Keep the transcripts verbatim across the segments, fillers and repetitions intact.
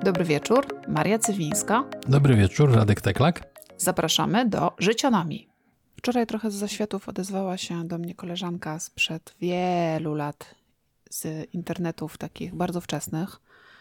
Dobry wieczór, Maria Cywińska. Dobry wieczór, Radek Teklak. Zapraszamy do Życionami. Wczoraj trochę z zaświatów odezwała się do mnie koleżanka sprzed wielu lat z internetów takich bardzo wczesnych.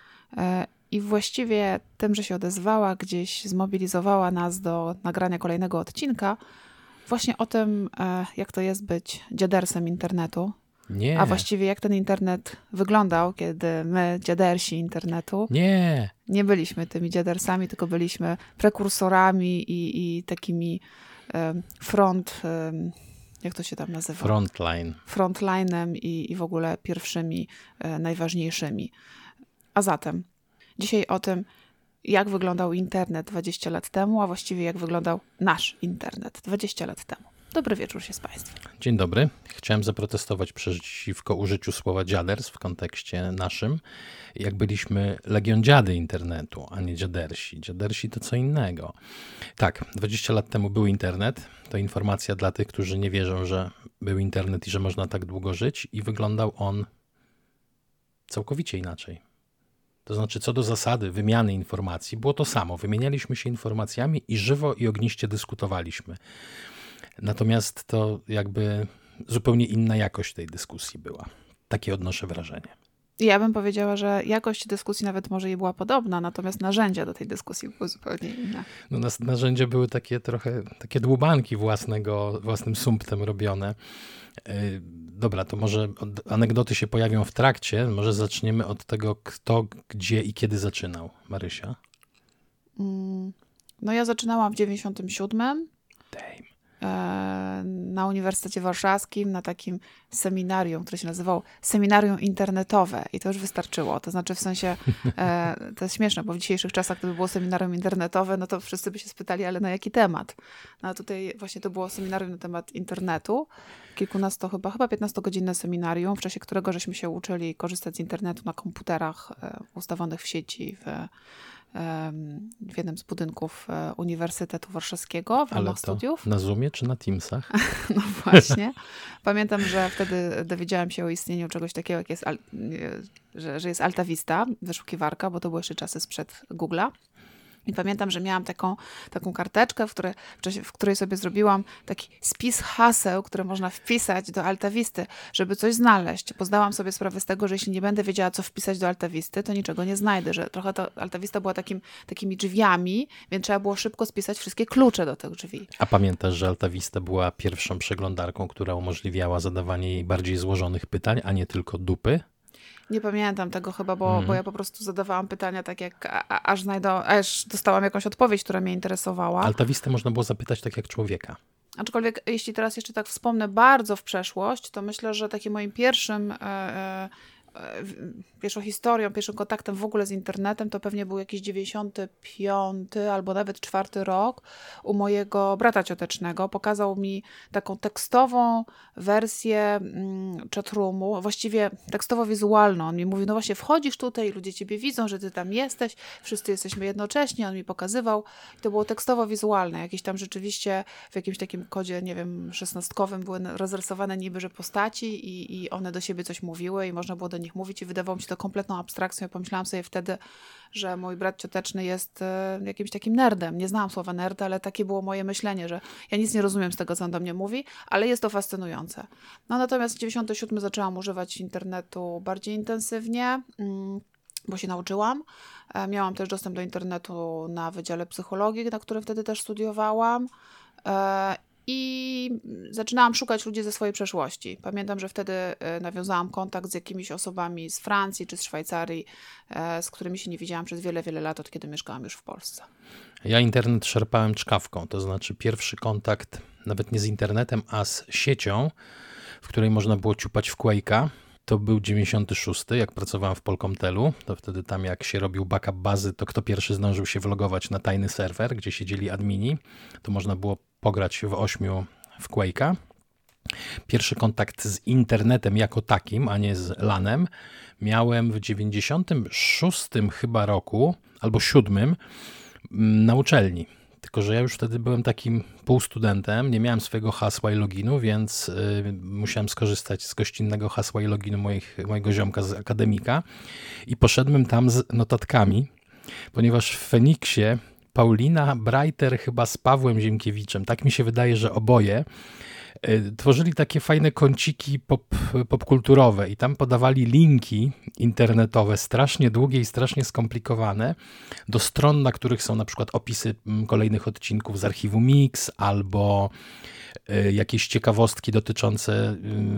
I właściwie tym, że się odezwała, gdzieś zmobilizowała nas do nagrania kolejnego odcinka właśnie o tym, jak to jest być dziadersem internetu. Nie. A właściwie jak ten internet wyglądał, kiedy my, dziadersi internetu, nie, nie byliśmy tymi dziadersami, tylko byliśmy prekursorami i, i takimi um, front, um, jak to się tam nazywa? Frontline. Frontlinem i, i w ogóle pierwszymi, e, najważniejszymi. A zatem dzisiaj o tym, jak wyglądał internet dwadzieścia lat temu, a właściwie jak wyglądał nasz internet dwadzieścia lat temu. Dobry wieczór się z Państwem. Dzień dobry. Chciałem zaprotestować przeciwko użyciu słowa dziaders w kontekście naszym. Jak byliśmy legion dziady internetu, a nie dziadersi. Dziadersi to co innego. Tak, dwadzieścia lat temu był internet. To informacja dla tych, którzy nie wierzą, że był internet i że można tak długo żyć. I wyglądał on całkowicie inaczej. To znaczy, co do zasady wymiany informacji, było to samo. Wymienialiśmy się informacjami i żywo i ogniście dyskutowaliśmy. Natomiast to jakby zupełnie inna jakość tej dyskusji była. Takie odnoszę wrażenie. Ja bym powiedziała, że jakość dyskusji nawet może i była podobna, natomiast narzędzia do tej dyskusji były zupełnie inne. No, nas, narzędzia były takie trochę, takie dłubanki własnego, własnym sumptem robione. Yy, dobra, to może anegdoty się pojawią w trakcie. Może zaczniemy od tego, kto, gdzie i kiedy zaczynał. Marysia? Mm, no ja zaczynałam w dziewięćdziesiątym siódmym. Damn. Na Uniwersytecie Warszawskim, na takim seminarium, które się nazywało Seminarium Internetowe i to już wystarczyło. To znaczy w sensie, e, to jest śmieszne, bo w dzisiejszych czasach gdyby było seminarium internetowe, no to wszyscy by się spytali, ale na jaki temat? No a tutaj właśnie to było seminarium na temat internetu. Kilkunasto, chyba, chyba piętnastogodzinne seminarium, w czasie którego żeśmy się uczyli korzystać z internetu na komputerach e, ustawionych w sieci, w w jednym z budynków Uniwersytetu Warszawskiego w ramach studiów. Na Zoomie czy na Teamsach? No właśnie. Pamiętam, że wtedy dowiedziałam się o istnieniu czegoś takiego, jak jest, że, że jest Alta Vista, wyszukiwarka, bo to były jeszcze czasy sprzed Google'a. I pamiętam, że miałam taką, taką karteczkę, w, której, w, czasie, w której sobie zrobiłam taki spis haseł, które można wpisać do Alta Visty, żeby coś znaleźć. Bo zdałam sobie sprawę z tego, że jeśli nie będę wiedziała, co wpisać do Alta Visty, to niczego nie znajdę. Że trochę to Alta Vista była takim, takimi drzwiami, więc trzeba było szybko spisać wszystkie klucze do tych drzwi. A pamiętasz, że Alta Vista była pierwszą przeglądarką, która umożliwiała zadawanie jej bardziej złożonych pytań, a nie tylko dupy? Nie pamiętam tego chyba, bo, mm. bo ja po prostu zadawałam pytania tak jak, a, a, aż, znajdą, aż dostałam jakąś odpowiedź, która mnie interesowała. Alta Vistę można było zapytać tak jak człowieka. Aczkolwiek jeśli teraz jeszcze tak wspomnę bardzo w przeszłość, to myślę, że takim moim pierwszym, e, e, pierwszą historią, pierwszym kontaktem w ogóle z internetem to pewnie był jakiś dziewięćdziesiąty piąty albo nawet czwarty rok u mojego brata ciotecznego. Pokazał mi taką tekstową wersję chatroomu, właściwie tekstowo-wizualną. On mi mówił, no właśnie wchodzisz tutaj, ludzie ciebie widzą, że ty tam jesteś, wszyscy jesteśmy jednocześnie. On mi pokazywał i to było tekstowo-wizualne. Jakieś tam rzeczywiście w jakimś takim kodzie, nie wiem, szesnastkowym były rozrysowane niby, że postaci i, i one do siebie coś mówiły i można było do nich mówić i wydawało mi się to kompletną abstrakcją. Ja pomyślałam sobie wtedy, że mój brat cioteczny jest e, jakimś takim nerdem. Nie znałam słowa nerd, ale takie było moje myślenie, że ja nic nie rozumiem z tego, co on do mnie mówi, ale jest to fascynujące. No natomiast w dziewięćdziesiątym siódmym zaczęłam używać internetu bardziej intensywnie, mm, bo się nauczyłam. E, miałam też dostęp do internetu na Wydziale Psychologii, na którym wtedy też studiowałam. E, I zaczynałam szukać ludzi ze swojej przeszłości. Pamiętam, że wtedy nawiązałam kontakt z jakimiś osobami z Francji czy z Szwajcarii, z którymi się nie widziałam przez wiele, wiele lat, od kiedy mieszkałam już w Polsce. Ja internet szarpałem czkawką, to znaczy pierwszy kontakt nawet nie z internetem, a z siecią, w której można było ciupać w Quake'a. To był dziewięćdziesiąty szósty, jak pracowałem w Polkomtelu, to wtedy tam jak się robił backup bazy, to kto pierwszy zdążył się wlogować na tajny serwer, gdzie siedzieli admini, to można było pograć w ośmiu w Quake'a. Pierwszy kontakt z internetem jako takim, a nie z lanem, miałem w dziewięćdziesiątym szóstym chyba roku, albo siódmym na uczelni. Tylko że ja już wtedy byłem takim półstudentem, nie miałem swojego hasła i loginu, więc y, musiałem skorzystać z gościnnego hasła i loginu moich, mojego ziomka z akademika i poszedłem tam z notatkami ponieważ w Feniksie Paulina Breiter chyba z Pawłem Ziemkiewiczem, tak mi się wydaje, że oboje, tworzyli takie fajne kąciki pop, popkulturowe i tam podawali linki internetowe, strasznie długie i strasznie skomplikowane, do stron, na których są na przykład opisy kolejnych odcinków z archiwum Mix albo jakieś ciekawostki dotyczące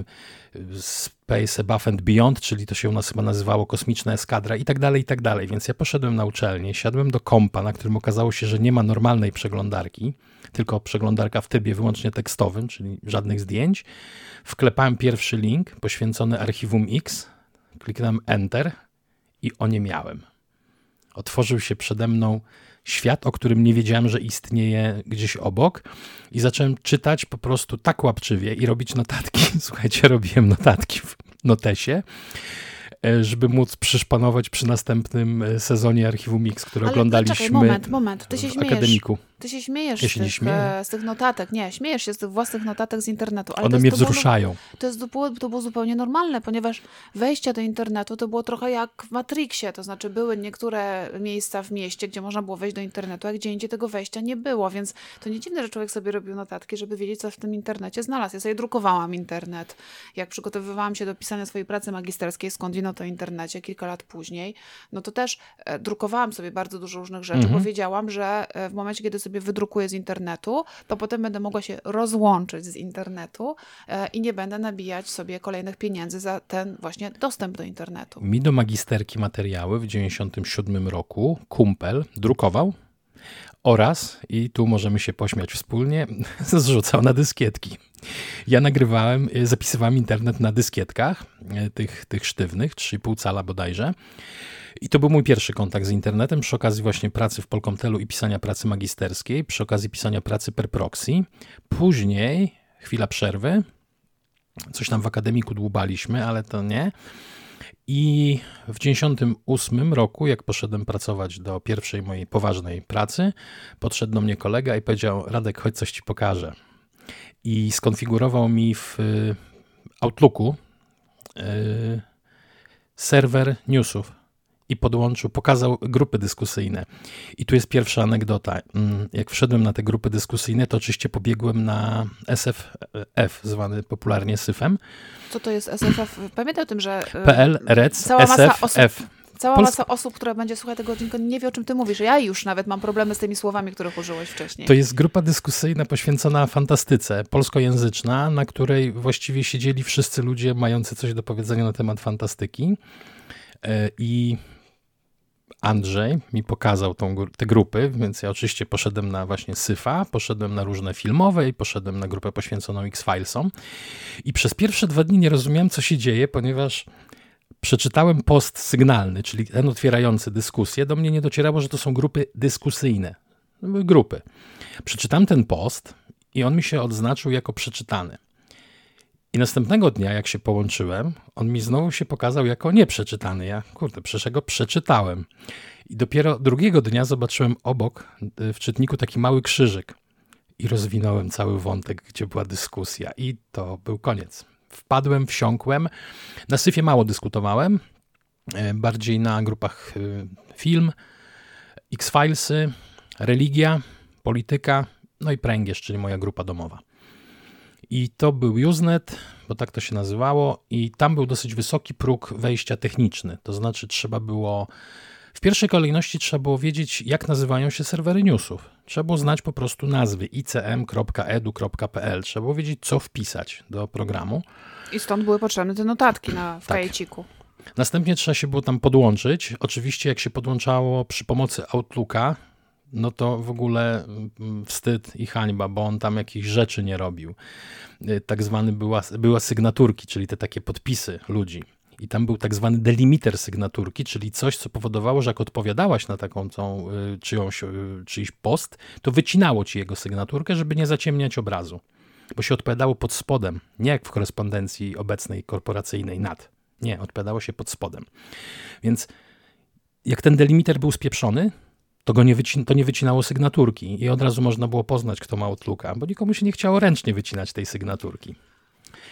Space Above and Beyond, czyli to się u nas chyba nazywało Kosmiczna Eskadra i tak dalej, i tak dalej. Więc ja poszedłem na uczelnię, siadłem do kompa, na którym okazało się, że nie ma normalnej przeglądarki, tylko przeglądarka w trybie wyłącznie tekstowym, czyli żadnych zdjęć. Wklepałem pierwszy link poświęcony archiwum X, kliknąłem Enter i oniemiałem. Otworzył się przede mną świat, o którym nie wiedziałem, że istnieje gdzieś obok i zacząłem czytać po prostu tak łapczywie i robić notatki. Słuchajcie, robiłem notatki w notesie, żeby móc przyszpanować przy następnym sezonie Archiwum Mix, które Ale oglądaliśmy czekaj, moment, moment. Ty się w śmiejesz. akademiku. Ty się śmiejesz Ja z, się nie tych, śmieję. z tych notatek. Nie, śmiejesz się z tych własnych notatek z internetu. Ale One to mnie jest, to wzruszają. Było, to, jest, to było zupełnie normalne, ponieważ wejście do internetu to było trochę jak w Matrixie. To znaczy były niektóre miejsca w mieście, gdzie można było wejść do internetu, a gdzie indziej tego wejścia nie było. Więc to nie dziwne, że człowiek sobie robił notatki, żeby wiedzieć, co w tym internecie znalazł. Ja sobie drukowałam internet. Jak przygotowywałam się do pisania swojej pracy magisterskiej, skądinąd o internecie, kilka lat później, no to też e, drukowałam sobie bardzo dużo różnych rzeczy, Mhm. bo wiedziałam, że e, w momencie, kiedy sobie wydrukuję z internetu, to potem będę mogła się rozłączyć z internetu e, i nie będę nabijać sobie kolejnych pieniędzy za ten właśnie dostęp do internetu. Mi do magisterki materiały w dziewięćdziesiątym siódmym roku kumpel drukował oraz, i tu możemy się pośmiać wspólnie, zrzucał na dyskietki. Ja nagrywałem, zapisywałem internet na dyskietkach, tych, tych sztywnych, trzy i pół cala bodajże. I to był mój pierwszy kontakt z internetem przy okazji właśnie pracy w Polkomtelu i pisania pracy magisterskiej, przy okazji pisania pracy per proxy. Później, chwila przerwy, coś tam w akademiku dłubaliśmy, ale to nie. I w dziewięćdziesiątym ósmym roku, jak poszedłem pracować do pierwszej mojej poważnej pracy, podszedł do mnie kolega i powiedział: Radek, chodź, coś ci pokażę. I skonfigurował mi w Outlooku yy, serwer newsów i podłączył, pokazał grupy dyskusyjne. I tu jest pierwsza anegdota. Jak wszedłem na te grupy dyskusyjne, to oczywiście pobiegłem na S F F, zwany popularnie syfem. Co to jest S F F? Pamiętaj o tym, że yy, P L, R E C, cała masa S F F. osób, cała Polsk- masa osób, która będzie słuchać tego odcinka, nie wie, o czym ty mówisz. Ja już nawet mam problemy z tymi słowami, których użyłeś wcześniej. To jest grupa dyskusyjna poświęcona fantastyce, polskojęzyczna, na której właściwie siedzieli wszyscy ludzie mający coś do powiedzenia na temat fantastyki. I Andrzej mi pokazał tą, te grupy, więc ja oczywiście poszedłem na właśnie syfa, poszedłem na różne filmowe i poszedłem na grupę poświęconą X-Filesom. I przez pierwsze dwa dni nie rozumiałem, co się dzieje, ponieważ przeczytałem post sygnalny, czyli ten otwierający dyskusję. Do mnie nie docierało, że to są grupy dyskusyjne. To były grupy. Przeczytałem ten post i on mi się odznaczył jako przeczytany. I następnego dnia, jak się połączyłem, on mi znowu się pokazał jako nieprzeczytany. Ja, kurde, przecież go przeczytałem. I dopiero drugiego dnia zobaczyłem obok w czytniku taki mały krzyżyk. I rozwinąłem cały wątek, gdzie była dyskusja. I to był koniec. Wpadłem, wsiąkłem. Na syfie mało dyskutowałem. Bardziej na grupach film, X-Filesy, religia, polityka, no i pręgierz, czyli moja grupa domowa. I to był Usenet, bo tak to się nazywało, i tam był dosyć wysoki próg wejścia techniczny. To znaczy trzeba było, w pierwszej kolejności trzeba było wiedzieć, jak nazywają się serwery newsów. Trzeba było znać po prostu nazwy i c m kropka e d u kropka p l. Trzeba było wiedzieć, co wpisać do programu. I stąd były potrzebne te notatki na, w tak. kajeciku. Następnie trzeba się było tam podłączyć. Oczywiście jak się podłączało przy pomocy Outlooka, no to w ogóle wstyd i hańba, bo on tam jakichś rzeczy nie robił. Tak zwany była, była sygnaturki, czyli te takie podpisy ludzi. I tam był tak zwany delimiter sygnaturki, czyli coś, co powodowało, że jak odpowiadałaś na taką tą, czyjąś, czyjś post, to wycinało ci jego sygnaturkę, żeby nie zaciemniać obrazu. Bo się odpowiadało pod spodem, nie jak w korespondencji obecnej korporacyjnej nad. Nie, odpowiadało się pod spodem. Więc jak ten delimiter był spieprzony, to go nie, wycin- to nie wycinało sygnaturki i od razu można było poznać, kto ma Outlooka, bo nikomu się nie chciało ręcznie wycinać tej sygnaturki.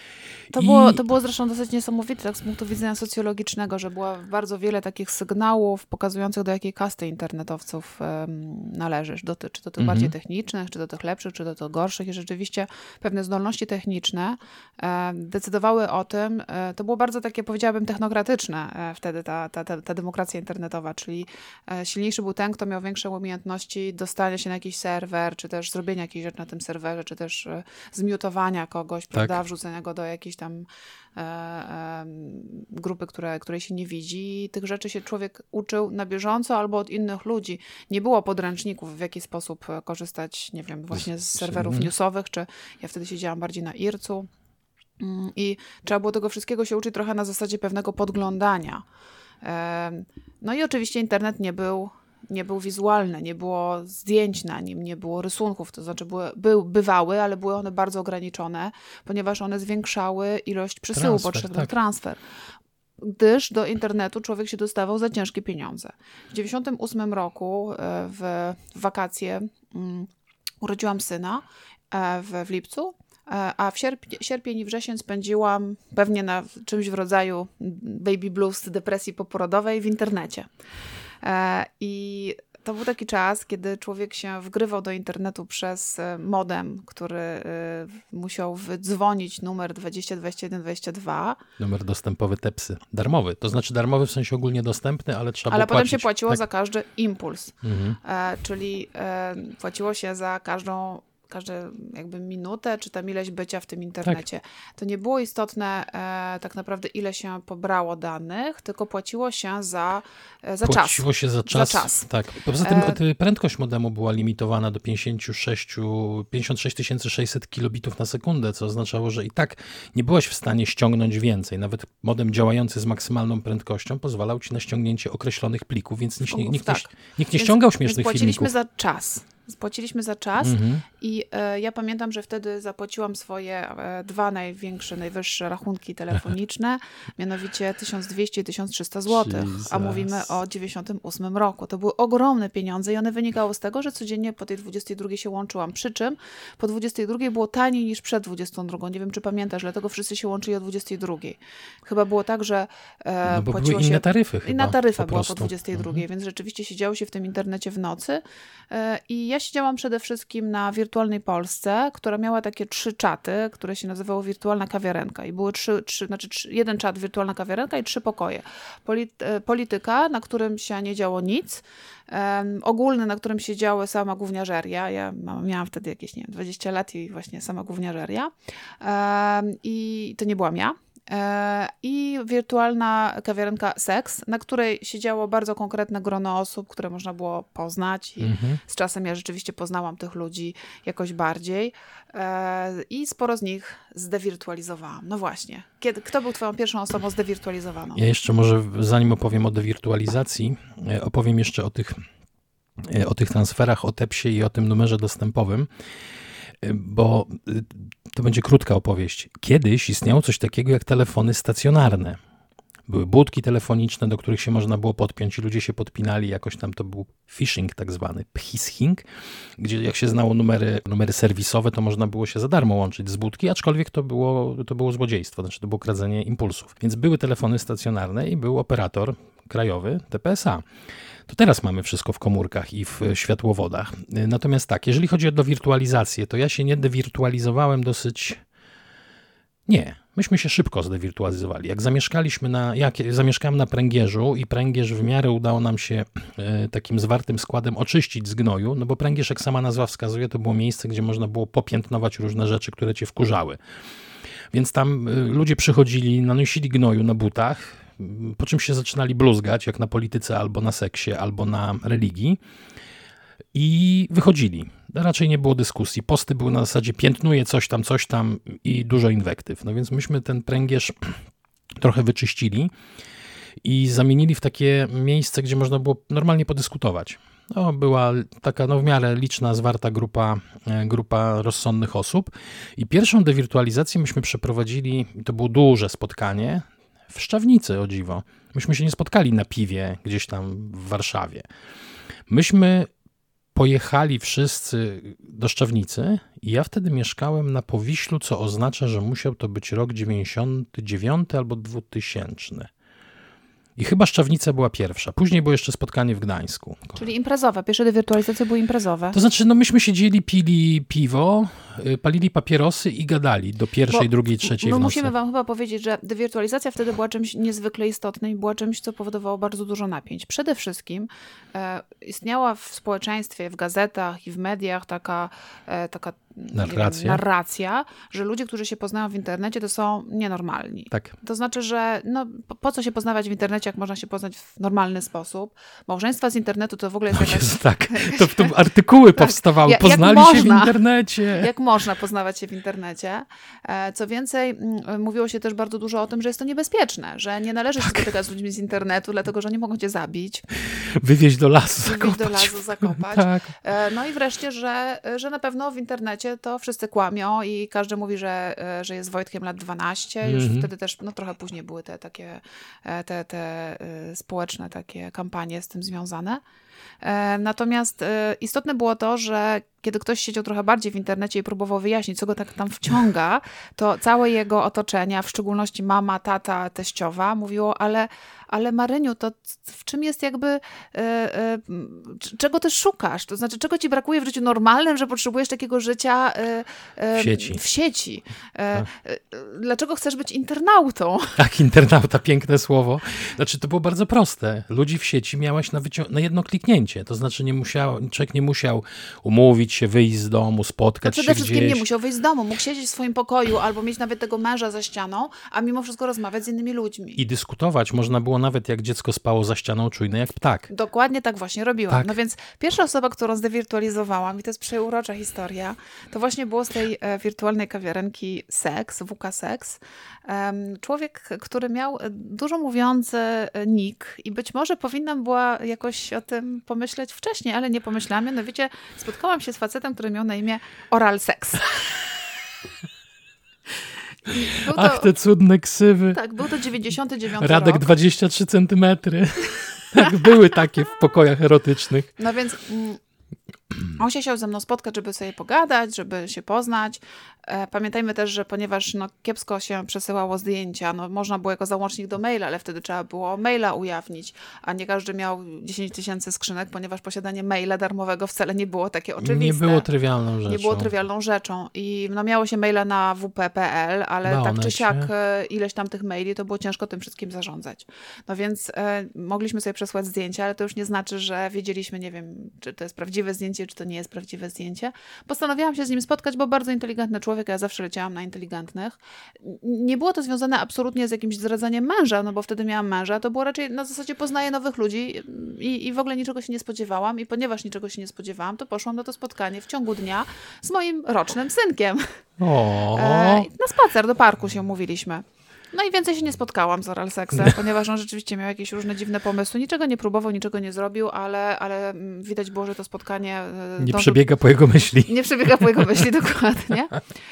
To, I... było, to było zresztą dosyć niesamowite, tak z punktu widzenia socjologicznego, że było bardzo wiele takich sygnałów pokazujących, do jakiej kasty internetowców um, należysz. Do, czy do tych mhm. bardziej technicznych, czy do tych lepszych, czy do tych gorszych. I rzeczywiście pewne zdolności techniczne e, decydowały o tym. E, to było bardzo takie, powiedziałabym, technokratyczne e, wtedy ta, ta, ta, ta demokracja internetowa, czyli e, silniejszy był ten, kto miał większe umiejętności dostania się na jakiś serwer, czy też zrobienia jakiejś rzeczy na tym serwerze, czy też e, zmiutowania kogoś, tak. prawda, wrzucenia go do jakiejś tam e, e, grupy, które, której się nie widzi. I tych rzeczy się człowiek uczył na bieżąco albo od innych ludzi. Nie było podręczników, w jaki sposób korzystać, nie wiem, właśnie z serwerów newsowych, czy ja wtedy siedziałam bardziej na ircu. I trzeba było tego wszystkiego się uczyć trochę na zasadzie pewnego podglądania. E, no i oczywiście internet nie był nie był wizualny, nie było zdjęć na nim, nie było rysunków, to znaczy były, był, bywały, ale były one bardzo ograniczone, ponieważ one zwiększały ilość przesyłu potrzebnych, tak. transfer. Gdyż do internetu człowiek się dostawał za ciężkie pieniądze. W dziewięćdziesiątym ósmym roku w, w wakacje um, urodziłam syna w, w lipcu, a w sierp- sierpień i wrzesień spędziłam pewnie na czymś w rodzaju baby blues, depresji poporodowej w internecie. I to był taki czas, kiedy człowiek się wgrywał do internetu przez modem, który musiał wydzwonić numer dwadzieścia dwadzieścia jeden dwadzieścia dwa. Numer dostępowy Tepsy. Darmowy. To znaczy darmowy w sensie ogólnie dostępny, ale trzeba ale było płacić. Ale potem się płaciło tak? za każdy impuls. Mhm. E, czyli e, płaciło się za każdą każde jakby minutę, czy tam ileś bycia w tym internecie. Tak. To nie było istotne e, tak naprawdę, ile się pobrało danych, tylko płaciło się za, e, za płaciło czas. Płaciło się za czas. Za czas. Tak. Poza tym e... prędkość modemu była limitowana do pięćdziesiąt sześć tysięcy sześćset kilobitów na sekundę, co oznaczało, że i tak nie byłaś w stanie ściągnąć więcej. Nawet modem działający z maksymalną prędkością pozwalał ci na ściągnięcie określonych plików, więc nikt, nikt, tak. nikt, nikt nie więc, ściągał śmiesznych więc płaciliśmy filmików. za czas. Płaciliśmy za czas mhm. i e, ja pamiętam, że wtedy zapłaciłam swoje e, dwa największe, najwyższe rachunki telefoniczne, mianowicie tysiąc dwieście i tysiąc trzysta złotych, a mówimy o dziewięćdziesiątym ósmym roku. To były ogromne pieniądze i one wynikały z tego, że codziennie po tej dwudziestej drugiej się łączyłam. Przy czym po dwudziestej drugiej było taniej niż przed dwudziestą drugą. Nie wiem, czy pamiętasz, dlatego wszyscy się łączyli o dwudziestej drugiej. Chyba było tak, że e, no bo płaciło były się... inne taryfy chyba. Inna taryfa po była prostu. po dwudziestej drugiej, mhm. więc rzeczywiście siedziało się w tym internecie w nocy e, i ja siedziałam przede wszystkim na Wirtualnej Polsce, która miała takie trzy czaty, które się nazywało Wirtualna Kawiarenka i były trzy, trzy znaczy trzy, jeden czat Wirtualna Kawiarenka i trzy pokoje. Polit, polityka, na którym się nie działo nic, um, ogólny, na którym się działy sama gówniarzeria. Ja miałam wtedy jakieś, nie wiem, dwadzieścia lat i właśnie sama gówniarzeria. Um, I to nie byłam ja. I wirtualna kawiarenka Seks, na której siedziało bardzo konkretne grono osób, które można było poznać i mhm. z czasem ja rzeczywiście poznałam tych ludzi jakoś bardziej i sporo z nich zdewirtualizowałam. No właśnie. Kiedy, kto był twoją pierwszą osobą zdewirtualizowaną? Ja jeszcze może, zanim opowiem o dewirtualizacji, opowiem jeszcze o tych, o tych transferach, o Tepsie i o tym numerze dostępowym, bo to będzie krótka opowieść. Kiedyś istniało coś takiego jak telefony stacjonarne. Były budki telefoniczne, do których się można było podpiąć i ludzie się podpinali, jakoś tam to był phishing tak zwany, phishing, gdzie jak się znało numery, numery serwisowe, to można było się za darmo łączyć z budki, aczkolwiek to było, to było złodziejstwo, znaczy to było kradzenie impulsów. Więc były telefony stacjonarne i był operator krajowy T P S A. To teraz mamy wszystko w komórkach i w światłowodach. Natomiast tak, jeżeli chodzi o dewirtualizację, to ja się nie dewirtualizowałem dosyć... Nie, myśmy się szybko zdewirtualizowali. Jak zamieszkaliśmy na... Jak zamieszkałem na Pręgierzu i Pręgierz w miarę udało nam się e, takim zwartym składem oczyścić z gnoju, no bo Pręgierz, jak sama nazwa wskazuje, to było miejsce, gdzie można było popiętnować różne rzeczy, które cię wkurzały. Więc tam e, ludzie przychodzili, nanosili gnoju na butach, po czym się zaczynali bluzgać, jak na polityce, albo na seksie, albo na religii i wychodzili. Raczej nie było dyskusji. Posty były na zasadzie piętnuje coś tam, coś tam i dużo inwektyw. No więc myśmy ten Pręgierz trochę wyczyścili i zamienili w takie miejsce, gdzie można było normalnie podyskutować. No, była taka no, w miarę liczna, zwarta grupa, grupa rozsądnych osób i pierwszą dewirtualizację myśmy przeprowadzili, to było duże spotkanie, w Szczawnicy, o dziwo. Myśmy się nie spotkali na piwie gdzieś tam w Warszawie. Myśmy pojechali wszyscy do Szczawnicy i ja wtedy mieszkałem na Powiślu, co oznacza, że musiał to być rok dziewięćdziesiąty dziewiąty albo dwutysięczny. I chyba Szczawnica była pierwsza. Później było jeszcze spotkanie w Gdańsku. Czyli imprezowe. Pierwsze dewirtualizacje były imprezowe. To znaczy, no myśmy siedzieli, pili piwo, palili papierosy i gadali do pierwszej, Bo drugiej, trzeciej my w nocy. Musimy wam chyba powiedzieć, że dewirtualizacja wtedy była czymś niezwykle istotnym i była czymś, co powodowało bardzo dużo napięć. Przede wszystkim e, istniała w społeczeństwie, w gazetach i w mediach taka, e, taka narracja. Wiem, narracja, że ludzie, którzy się poznają w internecie, to są nienormalni. Tak. To znaczy, że no, po, po co się poznawać w internecie, jak można się poznać w normalny sposób. Małżeństwa z internetu to w ogóle jest no jakaś... Jest tak, to, to artykuły tak. powstawały, jak, poznali jak się można, w internecie. Jak można poznawać się w internecie. Co więcej, mówiło się też bardzo dużo o tym, że jest to niebezpieczne, że nie należy się tak. spotykać z ludźmi z internetu, dlatego, że oni mogą cię zabić. Wywieźć do lasu, Wywieźć zakopać. do lasu, zakopać. Tak. No i wreszcie, że, że na pewno w internecie to wszyscy kłamią i każdy mówi, że, że jest Wojtkiem lat dwanaście. Już mm-hmm. wtedy też, no trochę później były te takie te, te społeczne takie kampanie z tym związane. Natomiast istotne było to, że kiedy ktoś siedział trochę bardziej w internecie i próbował wyjaśnić, co go tak tam wciąga, to całe jego otoczenie, a w szczególności mama, tata, teściowa, mówiło, ale, ale Maryniu, to w czym jest jakby, e, e, czego ty szukasz? To znaczy, czego ci brakuje w życiu normalnym, że potrzebujesz takiego życia e, e, w sieci? W sieci. E, e, dlaczego chcesz być internautą? Tak, internauta, piękne słowo. Znaczy, to było bardzo proste. Ludzi w sieci miałeś na, wycią- na jedno kliknięcie. To znaczy, nie musiał, człowiek nie musiał umówić się, wyjść z domu, spotkać no się przede wszystkim gdzieś. nie musiał wyjść z domu, mógł siedzieć w swoim pokoju albo mieć nawet tego męża za ścianą, a mimo wszystko rozmawiać z innymi ludźmi. I dyskutować można było nawet jak dziecko spało za ścianą czujne jak ptak. Dokładnie tak właśnie robiłam. Tak. No więc pierwsza osoba, którą zdewirtualizowałam, i to jest przeurocza historia, to właśnie było z tej e, wirtualnej kawiarenki Seks, W K Seks. Um, człowiek, który miał dużo mówiący nick i być może powinnam była jakoś o tym pomyśleć wcześniej, ale nie pomyślałam. Mianowicie spotkałam się z facetem, który miał na imię Oral Sex. To, Ach, te cudne ksywy. Tak, był to dziewięćdziesiąty dziewiąty Radek rok. dwadzieścia trzy centymetry. Tak, były takie w pokojach erotycznych. No więc mm, on się chciał ze mną spotkać, żeby sobie pogadać, żeby się poznać. E, pamiętajmy też, że ponieważ no, kiepsko się przesyłało zdjęcia, no, można było jako załącznik do maila, ale wtedy trzeba było maila ujawnić, a nie każdy miał dziesięć tysięcy skrzynek, ponieważ posiadanie maila darmowego wcale nie było takie oczywiste. Nie było trywialną rzeczą. Nie było trywialną rzeczą. I no, miało się maila na w p kropka p l, ale Baonet tak czy siak e, ileś tam tych maili, to było ciężko tym wszystkim zarządzać. No więc e, mogliśmy sobie przesłać zdjęcia, ale to już nie znaczy, że wiedzieliśmy, nie wiem, czy to jest prawdziwe zdjęcie, czy to nie jest prawdziwe zdjęcie. Postanowiłam się z nim spotkać, bo bardzo inteligentny człowiek, a ja zawsze leciałam na inteligentnych. Nie było to związane absolutnie z jakimś zdradzaniem męża, no bo wtedy miałam męża, to było raczej na zasadzie poznaję nowych ludzi i, i w ogóle niczego się nie spodziewałam i ponieważ niczego się nie spodziewałam, to poszłam na to spotkanie w ciągu dnia z moim rocznym synkiem. O. E, na spacer do parku się umówiliśmy. No i więcej się nie spotkałam z Oral Sexem, ponieważ on rzeczywiście miał jakieś różne dziwne pomysły. Niczego nie próbował, niczego nie zrobił, ale, ale widać było, że to spotkanie... Nie dąży... przebiega po jego myśli. Nie przebiega po jego myśli, dokładnie.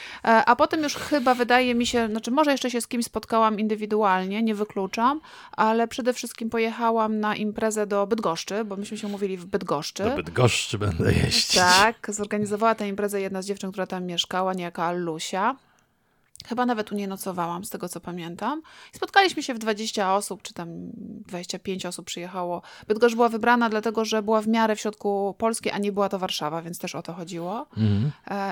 A potem już chyba wydaje mi się, znaczy może jeszcze się z kimś spotkałam indywidualnie, nie wykluczam, ale przede wszystkim pojechałam na imprezę do Bydgoszczy, bo myśmy się umówili w Bydgoszczy. Do Bydgoszczy będę jeździć. Tak, zorganizowała tę imprezę jedna z dziewczyn, która tam mieszkała, niejaka Allusia. Chyba nawet u niej nocowałam, z tego co pamiętam. I spotkaliśmy się w dwadzieścia osób, czy tam dwadzieścia pięć osób przyjechało. Bydgoszcz była wybrana dlatego, że była w miarę w środku Polski, a nie była to Warszawa, więc też o to chodziło. Mhm.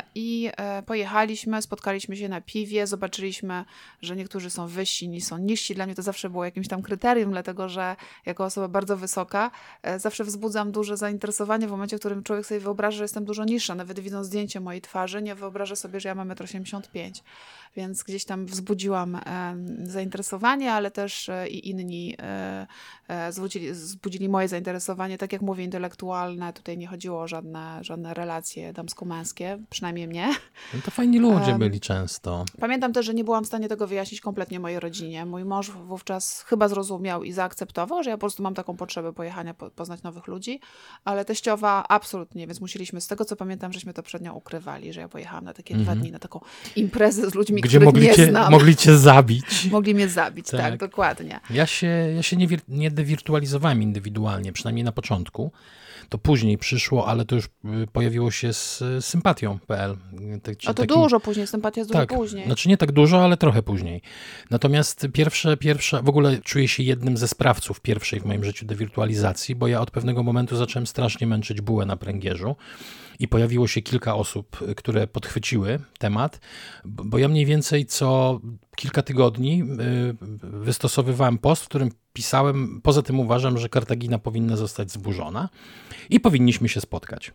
I pojechaliśmy, spotkaliśmy się na piwie, zobaczyliśmy, że niektórzy są wyżsi, inni są niżsi. Dla mnie to zawsze było jakimś tam kryterium, dlatego że jako osoba bardzo wysoka zawsze wzbudzam duże zainteresowanie w momencie, w którym człowiek sobie wyobraża, że jestem dużo niższa. Nawet widząc zdjęcie mojej twarzy, nie wyobrażę sobie, że ja mam metr osiemdziesiąt pięć. Więc gdzieś tam wzbudziłam e, zainteresowanie, ale też e, i inni e, e, wzbudzili, wzbudzili moje zainteresowanie. Tak jak mówię, intelektualne. Tutaj nie chodziło o żadne, żadne relacje damsko-męskie, przynajmniej mnie. No to fajni ludzie e, byli często. Pamiętam też, że nie byłam w stanie tego wyjaśnić kompletnie mojej rodzinie. Mój mąż wówczas chyba zrozumiał i zaakceptował, że ja po prostu mam taką potrzebę pojechania, po, poznać nowych ludzi, ale teściowa absolutnie, więc musieliśmy, z tego co pamiętam, żeśmy to przed nią ukrywali, że ja pojechałam na takie mm-hmm. dwa dni, na taką imprezę z ludźmi, gdzie mogli cię, mogli cię zabić. Mogli mnie zabić, tak, tak dokładnie. Ja się, ja się nie, nie dewirtualizowałem indywidualnie, przynajmniej na początku. To później przyszło, ale to już pojawiło się z sympatią kropka p l. A to takim... dużo później, sympatia jest tak, dużo później. Znaczy nie tak dużo, ale trochę później. Natomiast pierwsze, pierwsze, w ogóle czuję się jednym ze sprawców pierwszej w moim życiu dewirtualizacji, bo ja od pewnego momentu zacząłem strasznie męczyć bułę na pręgierzu i pojawiło się kilka osób, które podchwyciły temat, bo ja mniej więcej co kilka tygodni wystosowywałem post, w którym pisałem, poza tym uważam, że Kartagina powinna zostać zburzona i powinniśmy się spotkać.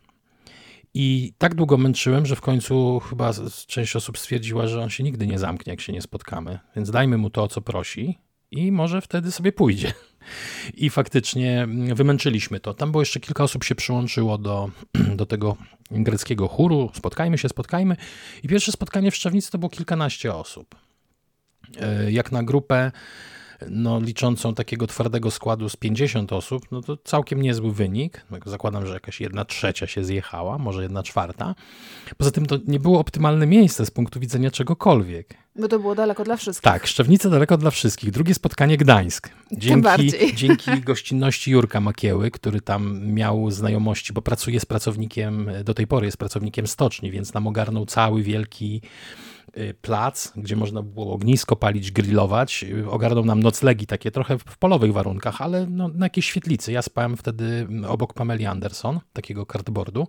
I tak długo męczyłem, że w końcu chyba część osób stwierdziła, że on się nigdy nie zamknie, jak się nie spotkamy. Więc dajmy mu to, o co prosi i może wtedy sobie pójdzie. I faktycznie wymęczyliśmy to. Tam było jeszcze kilka osób się przyłączyło do, do tego greckiego chóru. Spotkajmy się, spotkajmy. I pierwsze spotkanie w Szczawnicy to było kilkanaście osób. Jak na grupę no, liczącą takiego twardego składu z pięćdziesiąt osób, no to całkiem niezły wynik. Zakładam, że jakaś jedna trzecia się zjechała, może jedna czwarta. Poza tym to nie było optymalne miejsce z punktu widzenia czegokolwiek. Bo to było daleko dla wszystkich. Tak, Szczawnica daleko dla wszystkich. Drugie spotkanie Gdańsk. Dzięki, dzięki gościnności Jurka Makieły, który tam miał znajomości, bo pracuje z pracownikiem, do tej pory jest pracownikiem stoczni, więc nam ogarnął cały wielki plac, gdzie można było ognisko palić, grillować. Ogarnął nam noclegi takie trochę w polowych warunkach, ale no, na jakiejś świetlicy. Ja spałem wtedy obok Pameli Anderson, takiego kartboardu.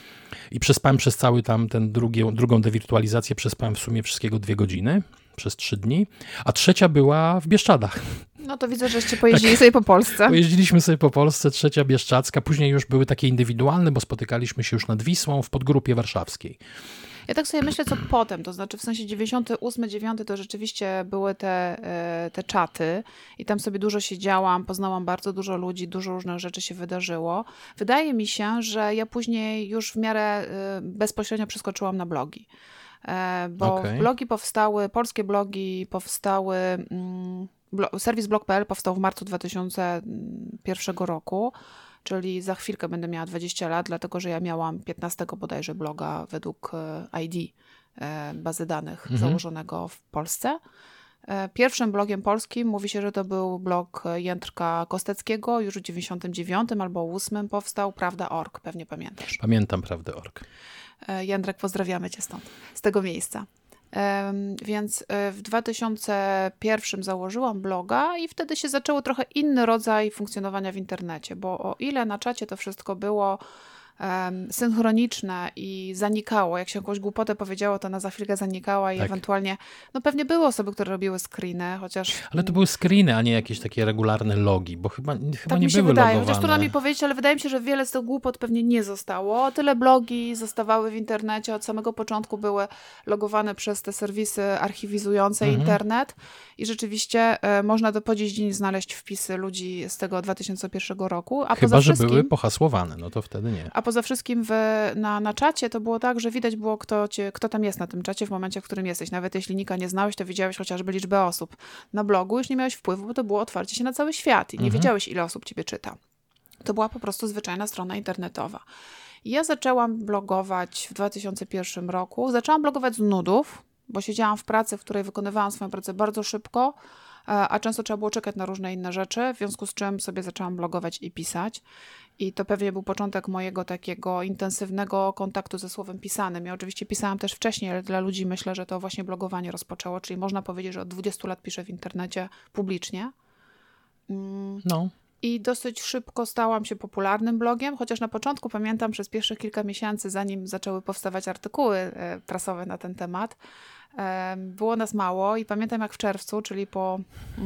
I przespałem przez cały tam ten drugi, drugą dewirtualizację, przespałem w sumie wszystkiego dwie godziny, przez trzy dni, a trzecia była w Bieszczadach. No to widzę, żeście pojeździli tak, sobie po Polsce. Pojeździliśmy sobie po Polsce, trzecia Bieszczadzka, później już były takie indywidualne, bo spotykaliśmy się już nad Wisłą w podgrupie warszawskiej. Ja tak sobie myślę, co potem, to znaczy w sensie dziewięćdziesiąty ósmy, dziewiąty to rzeczywiście były te, te czaty i tam sobie dużo siedziałam, poznałam bardzo dużo ludzi, dużo różnych rzeczy się wydarzyło. Wydaje mi się, że ja później już w miarę bezpośrednio przeskoczyłam na blogi, bo okay. blogi powstały, polskie blogi powstały, serwis blog kropka p l powstał w marcu dwa tysiące pierwszego roku. Czyli za chwilkę będę miała dwadzieścia lat, dlatego że ja miałam piętnastego bodajże bloga według I D, bazy danych mhm. założonego w Polsce. Pierwszym blogiem polskim mówi się, że to był blog Jędrka Kosteckiego, już w dziewięćdziesiątym dziewiątym albo ósmym powstał, prawda kropka org, pewnie pamiętasz. Pamiętam prawda kropka org. Jędrek, pozdrawiamy cię stąd, z tego miejsca. Um, więc w dwa tysiące pierwszym założyłam bloga i wtedy się zaczęło trochę inny rodzaj funkcjonowania w internecie, bo o ile na czacie to wszystko było um, synchroniczne i zanikało, jak się jakąś głupotę powiedziało, to ona za chwilkę zanikała i tak. ewentualnie, no pewnie były osoby, które robiły screeny, chociaż... Ale to były screeny, a nie jakieś takie regularne logi, bo chyba, chyba tak nie mi się były wydaje, logowane. Chociaż trudno mi powiedzieć, ale wydaje mi się, że wiele z tych głupot pewnie nie zostało. Tyle blogi zostawały w internecie, od samego początku były logowane przez te serwisy archiwizujące mhm. internet i rzeczywiście e, można do po dziś dzień znaleźć wpisy ludzi z tego dwa tysiące pierwszego roku. A chyba, poza że wszystkim, były pohasłowane, no to wtedy nie. A poza wszystkim w, na, na czacie to było tak, że widać było, kto, cię, kto tam jest na tym czacie w momencie, w którym jesteś. Nawet jeśli nika nie znałeś, to widziałeś chociażby liczbę osób. Na blogu już nie miałeś wpływu, bo to było otwarcie się na cały świat i nie mhm. wiedziałeś, ile osób ciebie czyta. To była po prostu zwyczajna strona internetowa. I ja zaczęłam blogować w dwa tysiące pierwszym roku. Zaczęłam blogować z nudów, bo siedziałam w pracy, w której wykonywałam swoją pracę bardzo szybko, a często trzeba było czekać na różne inne rzeczy, w związku z czym sobie zaczęłam blogować i pisać. I to pewnie był początek mojego takiego intensywnego kontaktu ze słowem pisanym. Ja oczywiście pisałam też wcześniej, ale dla ludzi myślę, że to właśnie blogowanie rozpoczęło, czyli można powiedzieć, że od dwudziestu lat piszę w internecie publicznie. No. I dosyć szybko stałam się popularnym blogiem, chociaż na początku pamiętam przez pierwszych kilka miesięcy, zanim zaczęły powstawać artykuły prasowe na ten temat, było nas mało i pamiętam jak w czerwcu, czyli po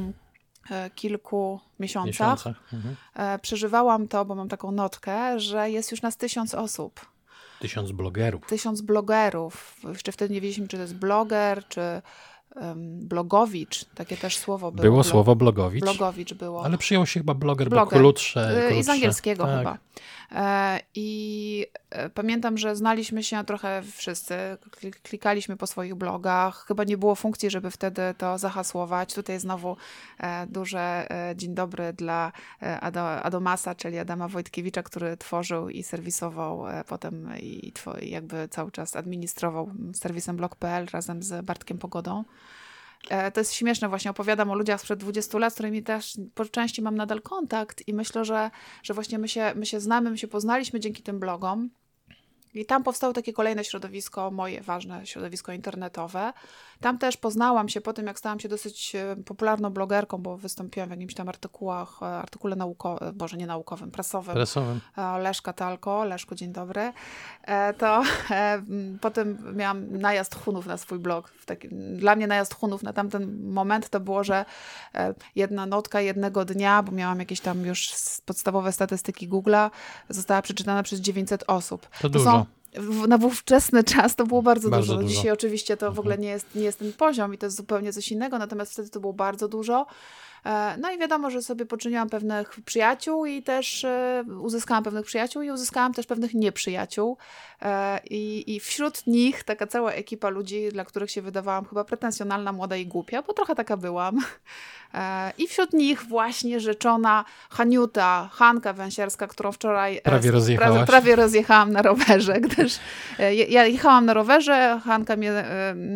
kilku miesiącach, miesiącach. Mhm. przeżywałam to, bo mam taką notkę, że jest już nas tysiąc osób. Tysiąc blogerów. Tysiąc blogerów. Jeszcze wtedy nie wiedzieliśmy, czy to jest bloger, czy um, blogowicz. Takie też słowo było. Było Blog... słowo blogowicz. Blogowicz było. Ale przyjął się chyba bloger, bloger. bo krótsze, krótsze. I z angielskiego tak. chyba. E, I pamiętam, że znaliśmy się trochę wszyscy, klikaliśmy po swoich blogach, chyba nie było funkcji, żeby wtedy to zahasłować. Tutaj znowu e, duże e, dzień dobry dla e, Ado, Adomasa, czyli Adama Wojtkiewicza, który tworzył i serwisował e, potem i two, jakby cały czas administrował serwisem blog kropka p l razem z Bartkiem Pogodą. To jest śmieszne, właśnie opowiadam o ludziach sprzed dwudziestu lat, z którymi też po części mam nadal kontakt i myślę, że, że właśnie my się, my się znamy, my się poznaliśmy dzięki tym blogom. I tam powstało takie kolejne środowisko, moje ważne środowisko internetowe. Tam też poznałam się po tym, jak stałam się dosyć popularną blogerką, bo wystąpiłam w jakimś tam artykułach, artykule naukowym, boże nie naukowym, prasowym. Prasowym. Leszka Talko, Leszku, dzień dobry. To potem miałam najazd Hunów na swój blog. Dla mnie najazd Hunów na tamten moment to było, że jedna notka jednego dnia, bo miałam jakieś tam już podstawowe statystyki Google'a, została przeczytana przez dziewięćset osób. To dużo. To są na ówczesny czas to było bardzo, bardzo dużo. dużo. Dzisiaj oczywiście to w ogóle nie jest, nie jest ten poziom i to jest zupełnie coś innego, natomiast wtedy to było bardzo dużo. No i wiadomo, że sobie poczyniłam pewnych przyjaciół i też uzyskałam pewnych przyjaciół i uzyskałam też pewnych nieprzyjaciół. I, i wśród nich taka cała ekipa ludzi, dla których się wydawałam chyba pretensjonalna, młoda i głupia, bo trochę taka byłam. I wśród nich właśnie rzeczona Haniuta, Hanka Węsierska, którą wczoraj prawie, prawie, prawie rozjechałam na rowerze, gdyż ja jechałam na rowerze, Hanka mnie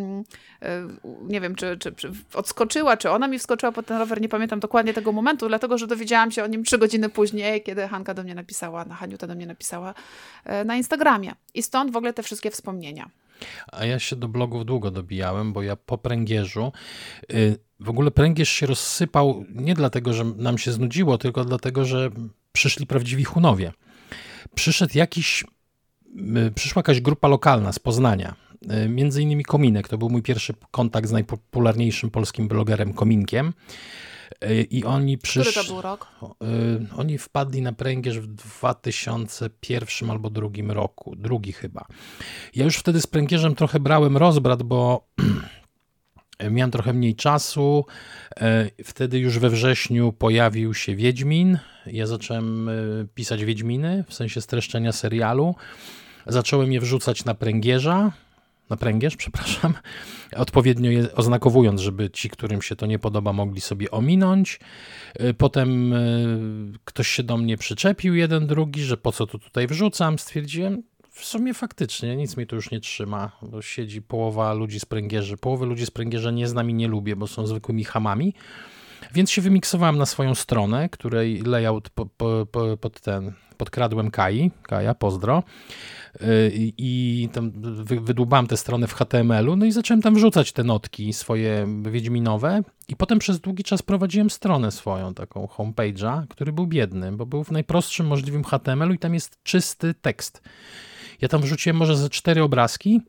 nie wiem, czy, czy, czy odskoczyła, czy ona mi wskoczyła pod ten rower, nie pamiętam dokładnie tego momentu, dlatego, że dowiedziałam się o nim trzy godziny później, kiedy Hanka do mnie napisała, Haniuta do mnie napisała na Instagramie. I stąd w ogóle te wszystkie wspomnienia. A ja się do blogów długo dobijałem, bo ja po pręgierzu, yy, w ogóle pręgierz się rozsypał nie dlatego, że nam się znudziło, tylko dlatego, że przyszli prawdziwi Hunowie. Przyszedł jakiś, yy, przyszła jakaś grupa lokalna z Poznania, yy, między innymi Kominek, to był mój pierwszy kontakt z najpopularniejszym polskim blogerem Kominkiem. I oni przyszli. Który to był rok? Y, oni wpadli na pręgierz w dwa tysiące pierwszym albo drugim roku. Drugi chyba. Ja już wtedy z pręgierzem trochę brałem rozbrat, bo miałem trochę mniej czasu. Y, wtedy już we wrześniu pojawił się Wiedźmin. Ja zacząłem y, pisać Wiedźminy, w sensie streszczenia serialu. Zacząłem je wrzucać na pręgierza. Na pręgierz, przepraszam, odpowiednio je oznakowując, żeby ci, którym się to nie podoba, mogli sobie ominąć. Potem ktoś się do mnie przyczepił, jeden, drugi, że po co to tutaj wrzucam. Stwierdziłem, w sumie faktycznie, nic mnie tu już nie trzyma, bo siedzi połowa ludzi z pręgierzy. Połowy ludzi z pręgierza nie znam i nie lubię, bo są zwykłymi chamami. Więc się wymiksowałem na swoją stronę, której layout po, po, po, pod ten, podkradłem Kai, Kaja, pozdro. I, i tam wydłubałem tę stronę w H T M L u, no i zacząłem tam wrzucać te notki swoje wiedźminowe i potem przez długi czas prowadziłem stronę swoją, taką homepage'a, który był biedny, bo był w najprostszym możliwym H T M L u i tam jest czysty tekst. Ja tam wrzuciłem może ze cztery obrazki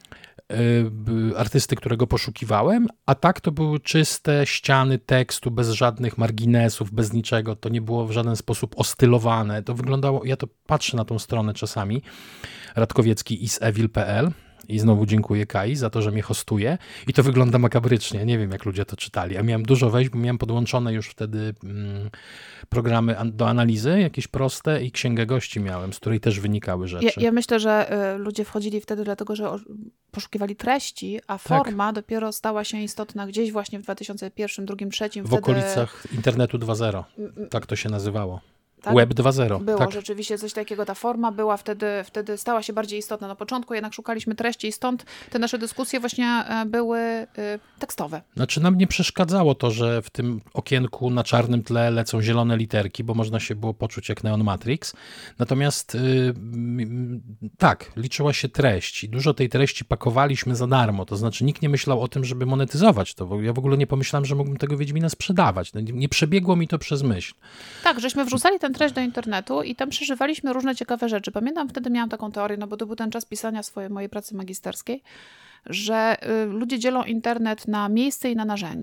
yy, artysty, którego poszukiwałem, a tak to były czyste ściany tekstu, bez żadnych marginesów, bez niczego, to nie było w żaden sposób ostylowane, to wyglądało, ja to patrzę na tą stronę czasami, Radkowiecki isevil kropka p l i znowu dziękuję Kai za to, że mnie hostuje i to wygląda makabrycznie, nie wiem jak ludzie to czytali, ja miałem dużo wejść, bo miałem podłączone już wtedy mm, programy do analizy, jakieś proste i księgę gości miałem, z której też wynikały rzeczy. Ja, ja myślę, że y, ludzie wchodzili wtedy dlatego, że o, poszukiwali treści, a forma tak. dopiero stała się istotna gdzieś właśnie w dwa tysiące pierwszym, drugim, trzecim. W wtedy... okolicach internetu dwa zero, tak to się nazywało. Tak? Web dwa zero. Było tak. rzeczywiście coś takiego, ta forma była wtedy, wtedy stała się bardziej istotna. Na początku jednak szukaliśmy treści i stąd te nasze dyskusje właśnie były tekstowe. Znaczy nam nie przeszkadzało to, że w tym okienku na czarnym tle lecą zielone literki, bo można się było poczuć jak Neon Matrix. Natomiast yy, tak, liczyła się treść i dużo tej treści pakowaliśmy za darmo. To znaczy nikt nie myślał o tym, żeby monetyzować to. Bo ja w ogóle nie pomyślałem, że mógłbym tego Wiedźmina sprzedawać. Nie, nie przebiegło mi to przez myśl. Tak, żeśmy wrzucali ten treść do internetu i tam przeżywaliśmy różne ciekawe rzeczy. Pamiętam, wtedy miałam taką teorię, no bo to był ten czas pisania swojej mojej pracy magisterskiej, że y, ludzie dzielą internet na miejsce i na narzędzie.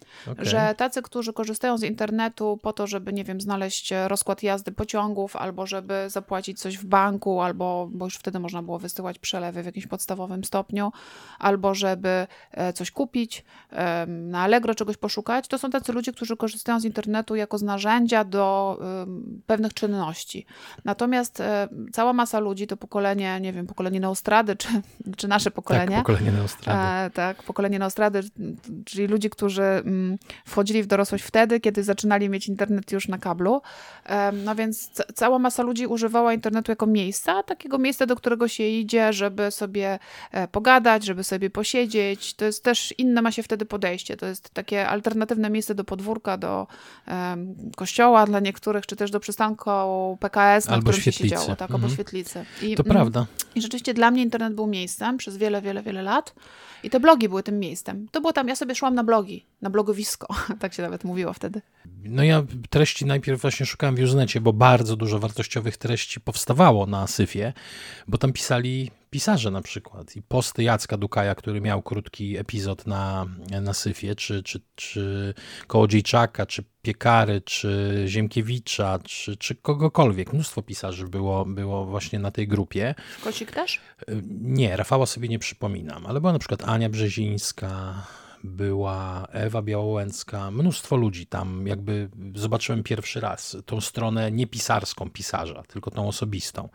Okay. Że tacy, którzy korzystają z internetu po to, żeby, nie wiem, znaleźć rozkład jazdy pociągów, albo żeby zapłacić coś w banku, albo, bo już wtedy można było wysyłać przelewy w jakimś podstawowym stopniu, albo żeby coś kupić, na Allegro czegoś poszukać, to są tacy ludzie, którzy korzystają z internetu jako z narzędzia do um, pewnych czynności. Natomiast um, cała masa ludzi, to pokolenie, nie wiem, pokolenie Neostrady, czy, czy nasze pokolenie. Tak, pokolenie Neostrady. E, tak, pokolenie Neostrady, czyli ludzie, którzy um, wchodzili w dorosłość wtedy, kiedy zaczynali mieć internet już na kablu. E, no więc ca- cała masa ludzi używała internetu jako miejsca, takiego miejsca, do którego się idzie, żeby sobie e, pogadać, żeby sobie posiedzieć. To jest też inne ma się wtedy podejście. To jest takie alternatywne miejsce do podwórka, do um, kościoła dla niektórych, czy też do przystanku P K S, na albo którym świetlicy. się siedziało. Tak, mhm. albo świetlicy. I, to prawda. I rzeczywiście dla mnie internet był miejscem przez wiele, wiele, wiele lat. I te blogi były tym miejscem. To było tam, ja sobie szłam na blogi, na blogowisko. Tak się nawet mówiło wtedy. No ja treści najpierw właśnie szukałem w Usenecie, bo bardzo dużo wartościowych treści powstawało na Syfie, bo tam pisali pisarze na przykład. I posty Jacka Dukaja, który miał krótki epizod na, na Syfie, czy, czy, czy Kołodziejczaka, czy Piekary, czy Ziemkiewicza, czy, czy kogokolwiek. Mnóstwo pisarzy było, było właśnie na tej grupie. Kocik też? Nie, Rafała sobie nie przypominam, ale była na przykład Ania Brzezińska, była Ewa Białołęcka, mnóstwo ludzi tam, jakby zobaczyłem pierwszy raz tą stronę nie pisarską pisarza, tylko tą osobistą.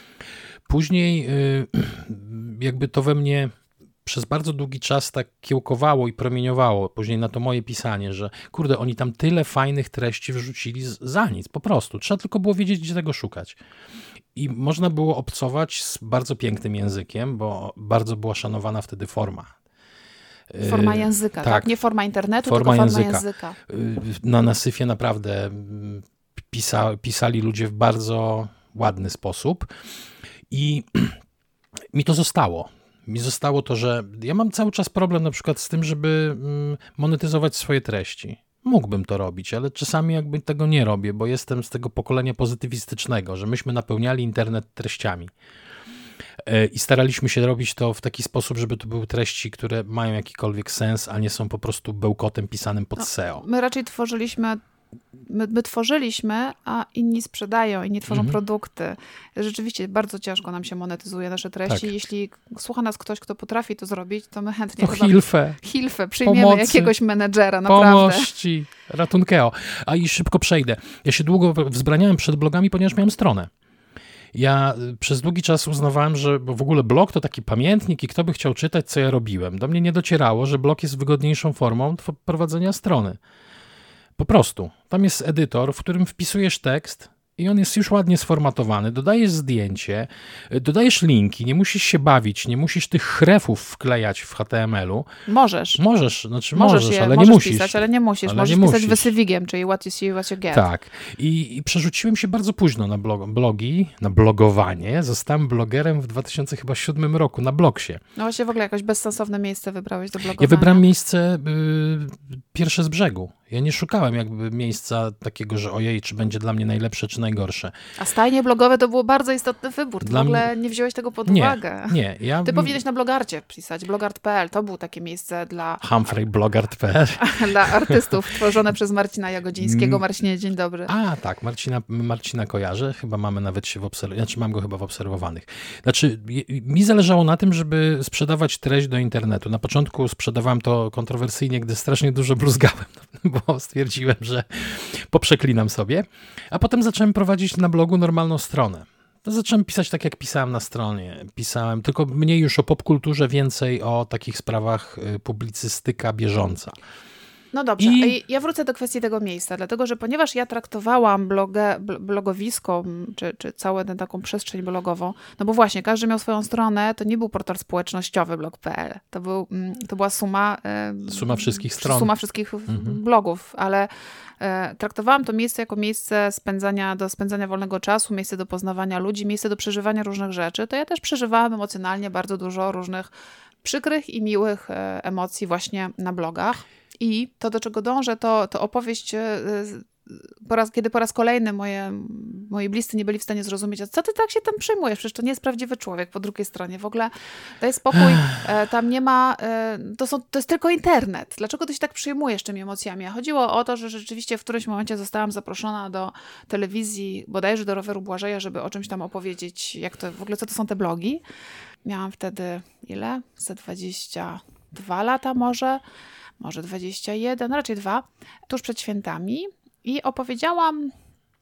Później jakby to we mnie przez bardzo długi czas tak kiełkowało i promieniowało, później na to moje pisanie, że kurde, oni tam tyle fajnych treści wrzucili za nic, po prostu. Trzeba tylko było wiedzieć, gdzie tego szukać. I można było obcować z bardzo pięknym językiem, bo bardzo była szanowana wtedy forma. Forma języka, tak? tak? Nie forma internetu, forma tylko języka. forma języka. Na Nasyfie naprawdę pisa, pisali ludzie w bardzo ładny sposób i mi to zostało. Mi zostało to, że ja mam cały czas problem na przykład z tym, żeby monetyzować swoje treści. Mógłbym to robić, ale czasami jakby tego nie robię, bo jestem z tego pokolenia pozytywistycznego, że myśmy napełniali internet treściami. I staraliśmy się robić to w taki sposób, żeby to były treści, które mają jakikolwiek sens, a nie są po prostu bełkotem pisanym pod S E O. No, my raczej tworzyliśmy, my, my tworzyliśmy, a inni sprzedają, inni tworzą mhm. produkty. Rzeczywiście bardzo ciężko nam się monetyzuje nasze treści. Tak. Jeśli słucha nas ktoś, kto potrafi to zrobić, to my chętnie to hilfę. Hilfę, przyjmiemy Pomocy, jakiegoś menedżera, naprawdę. Pomości, ratunkeo. A i szybko przejdę. Ja się długo wzbraniałem przed blogami, ponieważ miałem stronę. Ja przez długi czas uznawałem, że w ogóle blog to taki pamiętnik i kto by chciał czytać, co ja robiłem. Do mnie nie docierało, że blog jest wygodniejszą formą prowadzenia strony. Po prostu. Tam jest edytor, w którym wpisujesz tekst i on jest już ładnie sformatowany. Dodajesz zdjęcie, dodajesz linki, nie musisz się bawić, nie musisz tych chrefów wklejać w H T M L u. Możesz. Możesz, znaczy możesz, możesz je, ale możesz nie musisz. pisać, ale nie musisz. Ale możesz nie pisać musisz. wysywigiem, czyli what you see, what you get. Tak. I, i przerzuciłem się bardzo późno na blog, blogi, na blogowanie. Zostałem blogerem w dwa tysiące siódmym roku na Blogsie. No właśnie w ogóle jakoś bezsensowne miejsce wybrałeś do blogowania. Ja wybrałem miejsce y, pierwsze z brzegu. Ja nie szukałem jakby miejsca takiego, że ojej, czy będzie dla mnie najlepsze, czy najgorsze. A stajnie blogowe to był bardzo istotny wybór. Ty dla w ogóle mnie... nie wziąłeś tego pod nie, uwagę. Nie, ja... Ty powinieneś na Blogarcie pisać, blogart kropka p l. To było takie miejsce dla... Humphrey blogart kropka p l. Dla artystów, tworzone przez Marcina Jagodzińskiego. Marcinie, dzień dobry. A, tak, Marcina, Marcina kojarzę. Chyba mamy nawet się w obserwowanych, znaczy mam go chyba w obserwowanych. Znaczy, mi zależało na tym, żeby sprzedawać treść do internetu. Na początku sprzedawałem to kontrowersyjnie, gdy strasznie dużo bluzgałem, bo stwierdziłem, że poprzeklinam sobie. A potem zacząłem prowadzić na blogu normalną stronę. To zacząłem pisać tak, jak pisałem na stronie. Pisałem tylko mniej już o popkulturze, więcej o takich sprawach publicystyka bieżąca. No dobrze, I... ja wrócę do kwestii tego miejsca, dlatego że ponieważ ja traktowałam blogę, blogowisko, czy, czy całą tę taką przestrzeń blogową, no bo właśnie każdy miał swoją stronę, to nie był portal społecznościowy blog kropka p l. To, był, to była suma... Suma wszystkich stron. Suma wszystkich mhm. blogów, ale e, traktowałam to miejsce jako miejsce spędzania, do spędzania wolnego czasu, miejsce do poznawania ludzi, miejsce do przeżywania różnych rzeczy. To ja też przeżywałam emocjonalnie bardzo dużo różnych przykrych i miłych e, emocji właśnie na blogach. I to, do czego dążę, to, to opowieść po raz, kiedy po raz kolejny moje, moi bliscy nie byli w stanie zrozumieć, a co ty tak się tam przejmujesz? Przecież to nie jest prawdziwy człowiek po drugiej stronie. W ogóle daj spokój, tam nie ma, to, są, to jest tylko internet. Dlaczego ty się tak przejmujesz tymi emocjami? A chodziło o to, że rzeczywiście w którymś momencie zostałam zaproszona do telewizji, bodajże do Roweru Błażeja, żeby o czymś tam opowiedzieć, jak to w ogóle, co to są te blogi. Miałam wtedy ile? ze dwadzieścia dwa lata może, może dwadzieścia jeden, raczej dwa, tuż przed świętami i opowiedziałam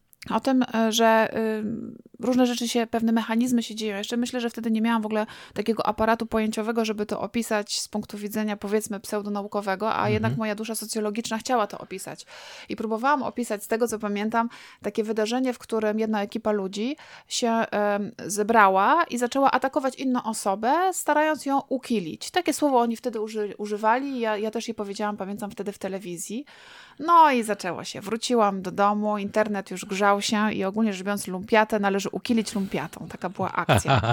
o tym, że różne rzeczy się, pewne mechanizmy się dzieją. Jeszcze myślę, że wtedy nie miałam w ogóle takiego aparatu pojęciowego, żeby to opisać z punktu widzenia, powiedzmy, pseudonaukowego, a mhm. jednak moja dusza socjologiczna chciała to opisać. I próbowałam opisać, z tego co pamiętam, takie wydarzenie, w którym jedna ekipa ludzi się um, zebrała i zaczęła atakować inną osobę, starając ją ukilić. Takie słowo oni wtedy uży, używali, ja, ja też je powiedziałam, pamiętam wtedy w telewizji. No i zaczęło się. Wróciłam do domu, internet już grzał się i ogólnie rzecz biorąc lumpiatę należy ukilić lumpiatą. Taka była akcja.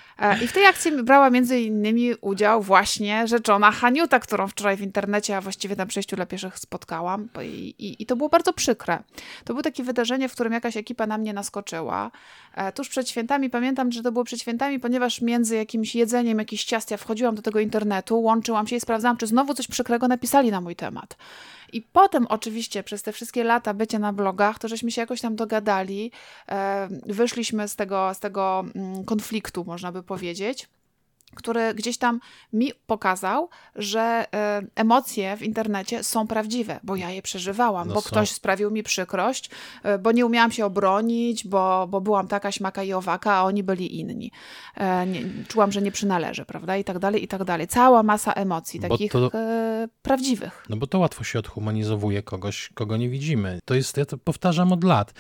I w tej akcji brała między innymi udział właśnie rzeczona Haniuta, którą wczoraj w internecie, a właściwie na przejściu dla pieszych spotkałam. I, i, i to było bardzo przykre. To było takie wydarzenie, w którym jakaś ekipa na mnie naskoczyła. Tuż przed świętami, pamiętam, że to było przed świętami, ponieważ między jakimś jedzeniem, jakiś ciast, ja wchodziłam do tego internetu, łączyłam się i sprawdzałam, czy znowu coś przykrego napisali na mój temat. I potem oczywiście przez te wszystkie lata bycia na blogach, to żeśmy się jakoś tam dogadali, e, wyszliśmy z tego, z tego konfliktu, można by powiedzieć, który gdzieś tam mi pokazał, że e, emocje w internecie są prawdziwe, bo ja je przeżywałam, no bo są. Ktoś sprawił mi przykrość, e, bo nie umiałam się obronić, bo, bo byłam taka śmaka i owaka, a oni byli inni. E, nie, czułam, że nie przynależę, prawda? I tak dalej, i tak dalej. Cała masa emocji, bo takich to, e, prawdziwych. No bo to łatwo się odhumanizowuje kogoś, kogo nie widzimy. To jest, ja to powtarzam od lat.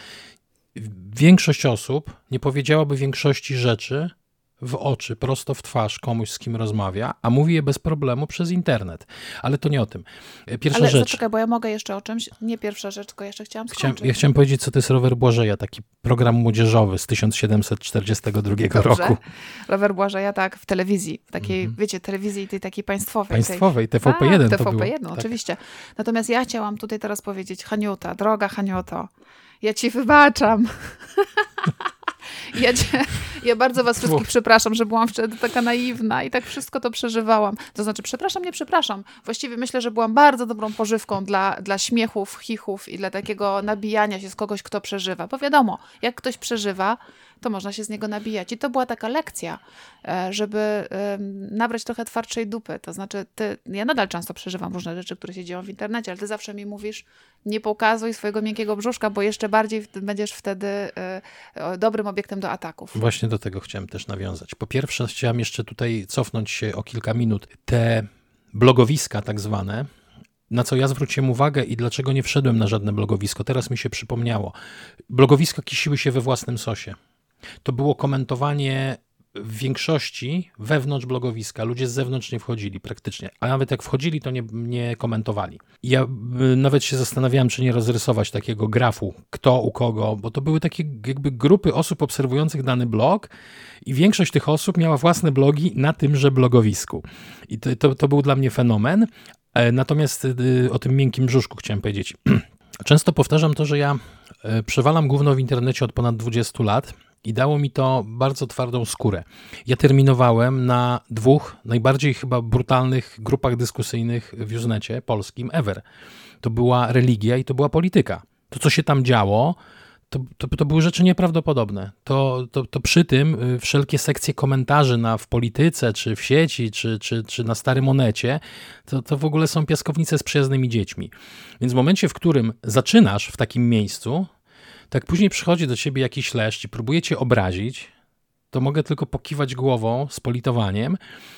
Większość osób nie powiedziałaby większości rzeczy w oczy, prosto w twarz komuś, z kim rozmawia, a mówi je bez problemu przez internet. Ale to nie o tym. Pierwsza Ale rzecz. Zaczekaj, bo ja mogę jeszcze o czymś. Nie pierwsza rzecz, tylko jeszcze chciałam skończyć. Chciałem, ja chciałem powiedzieć, co to jest Rower Błażeja, taki program młodzieżowy z tysiąc siedemset czterdziestego drugiego Dobrze. roku. Rower Błażeja, tak, w telewizji. W takiej, mm-hmm. wiecie, telewizji tej takiej państwowej. Państwowej, T V P jeden tak, to było. T V P jeden, tak. oczywiście. Natomiast ja chciałam tutaj teraz powiedzieć, Haniuta, droga Haniuto, ja ci wybaczam. Ja, cię, ja bardzo was wszystkich przepraszam, że byłam wtedy taka naiwna i tak wszystko to przeżywałam. To znaczy, przepraszam, nie przepraszam. Właściwie myślę, że byłam bardzo dobrą pożywką dla, dla śmiechów, chichów i dla takiego nabijania się z kogoś, kto przeżywa. Bo wiadomo, jak ktoś przeżywa, to można się z niego nabijać. I to była taka lekcja, żeby nabrać trochę twardszej dupy. To znaczy, ty, ja nadal często przeżywam różne rzeczy, które się dzieją w internecie, ale ty zawsze mi mówisz, nie pokazuj swojego miękkiego brzuszka, bo jeszcze bardziej będziesz wtedy dobrym obiektem do ataków. Właśnie do tego chciałem też nawiązać. Po pierwsze, chciałem jeszcze tutaj cofnąć się o kilka minut. Te blogowiska tak zwane, na co ja zwróciłem uwagę i dlaczego nie wszedłem na żadne blogowisko, teraz mi się przypomniało. Blogowiska kisiły się we własnym sosie. To było komentowanie w większości wewnątrz blogowiska. Ludzie z zewnątrz nie wchodzili praktycznie, a nawet jak wchodzili, to nie, nie komentowali. Ja nawet się zastanawiałem, czy nie rozrysować takiego grafu, kto u kogo, bo to były takie jakby grupy osób obserwujących dany blog i większość tych osób miała własne blogi na tymże blogowisku. I to, to, to był dla mnie fenomen. Natomiast o tym miękkim brzuszku chciałem powiedzieć. Często powtarzam to, że ja przewalam gówno w internecie od ponad dwudziestu lat i dało mi to bardzo twardą skórę. Ja terminowałem na dwóch najbardziej chyba brutalnych grupach dyskusyjnych w Usenecie polskim ever. To była religia i to była polityka. To, co się tam działo, to, to, to były rzeczy nieprawdopodobne. To, to, to przy tym wszelkie sekcje komentarzy na, w polityce, czy w sieci, czy, czy, czy na starym Onecie, to, to w ogóle są piaskownice z przyjaznymi dziećmi. Więc w momencie, w którym zaczynasz w takim miejscu, tak później przychodzi do ciebie jakiś leszcz i próbuje cię obrazić, to mogę tylko pokiwać głową z politowaniem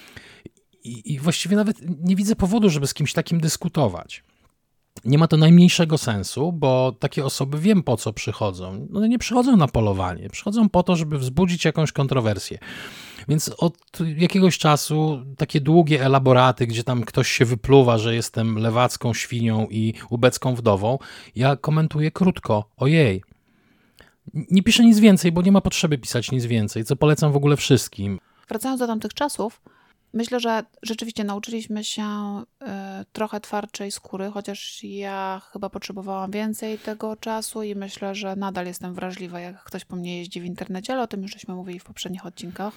i, i właściwie nawet nie widzę powodu, żeby z kimś takim dyskutować. Nie ma to najmniejszego sensu, bo takie osoby wiem po co przychodzą. No nie przychodzą na polowanie, przychodzą po to, żeby wzbudzić jakąś kontrowersję. Więc od jakiegoś czasu takie długie elaboraty, gdzie tam ktoś się wypluwa, że jestem lewacką świnią i ubecką wdową, ja komentuję krótko, ojej. Nie piszę nic więcej, bo nie ma potrzeby pisać nic więcej, co polecam w ogóle wszystkim. Wracając do tamtych czasów, myślę, że rzeczywiście nauczyliśmy się trochę twardszej skóry, chociaż ja chyba potrzebowałam więcej tego czasu i myślę, że nadal jestem wrażliwa, jak ktoś po mnie jeździ w internecie, ale o tym już żeśmy mówili w poprzednich odcinkach.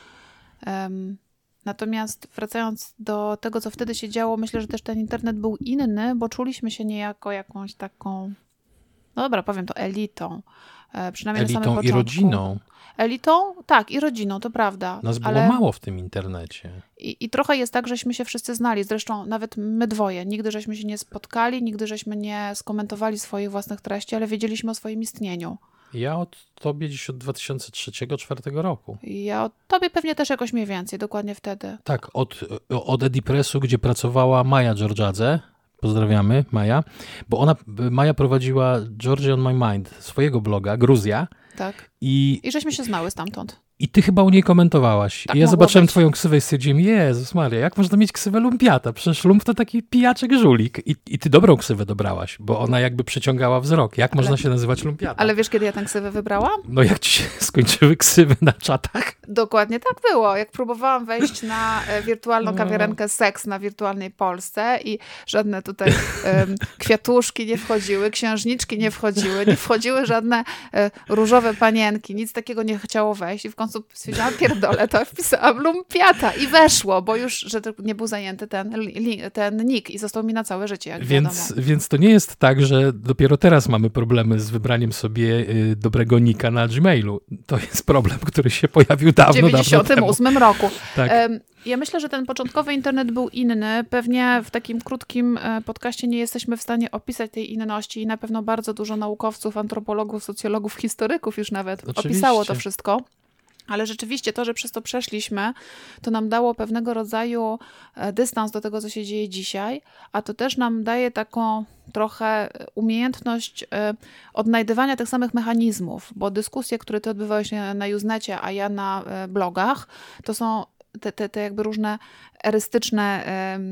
Um, natomiast wracając do tego, co wtedy się działo, myślę, że też ten internet był inny, bo czuliśmy się niejako jakąś taką, no dobra, powiem to, elitą. E, przynajmniej elitą na samym i początku. rodziną. Elitą? Tak, i rodziną, to prawda. Nas było ale... mało w tym internecie. I, I trochę jest tak, żeśmy się wszyscy znali. Zresztą nawet my dwoje. Nigdy żeśmy się nie spotkali, nigdy żeśmy nie skomentowali swoich własnych treści, ale wiedzieliśmy o swoim istnieniu. Ja od tobie dziś od dwa tysiące trzeciego do dwa tysiące czwartego roku. Ja od tobie pewnie też jakoś mniej więcej, dokładnie wtedy. Tak, od, od Edipressu, gdzie pracowała Maja Georgiadze. Pozdrawiamy, Maja. Bo ona, Maja prowadziła Georgia on My Mind, swojego bloga, Gruzja. Tak. I, I żeśmy się znały stamtąd. I ty chyba u niej komentowałaś. Tak, I ja zobaczyłem być. twoją ksywę i stwierdziłem, Jezus Maria, jak można mieć ksywę lumpiata? Przecież lump to taki pijaczek żulik. I, I ty dobrą ksywę dobrałaś, bo ona jakby przyciągała wzrok. Jak ale, można się nazywać lumpiata? Ale wiesz, kiedy ja tę ksywę wybrałam? No jak ci się skończyły ksywy na czatach? Dokładnie tak było. Jak próbowałam wejść na e, wirtualną kawiarenkę Seks na wirtualnej Polsce i żadne tutaj e, kwiatuszki nie wchodziły, księżniczki nie wchodziły, nie wchodziły żadne e, różowe panienki, nic takiego nie chciało wejść i w końcu stwierdziłam, pierdolę, to wpisałam lumpiata i weszło, bo już, że to nie był zajęty ten, ten nick i został mi na całe życie, jak więc, wiadomo. Więc to nie jest tak, że dopiero teraz mamy problemy z wybraniem sobie y, dobrego nicka na Gmailu. To jest problem, który się pojawił dawno, w dziewięćdziesiątym ósmym roku. Tak. Ja myślę, że ten początkowy internet był inny. Pewnie w takim krótkim podcaście nie jesteśmy w stanie opisać tej inności i na pewno bardzo dużo naukowców, antropologów, socjologów, historyków już nawet Oczywiście. opisało to wszystko. Ale rzeczywiście to, że przez to przeszliśmy, to nam dało pewnego rodzaju dystans do tego, co się dzieje dzisiaj, a to też nam daje taką trochę umiejętność odnajdywania tych samych mechanizmów, bo dyskusje, które ty odbywałeś się na Usenecie, a ja na blogach, to są te, te, te jakby różne erystyczne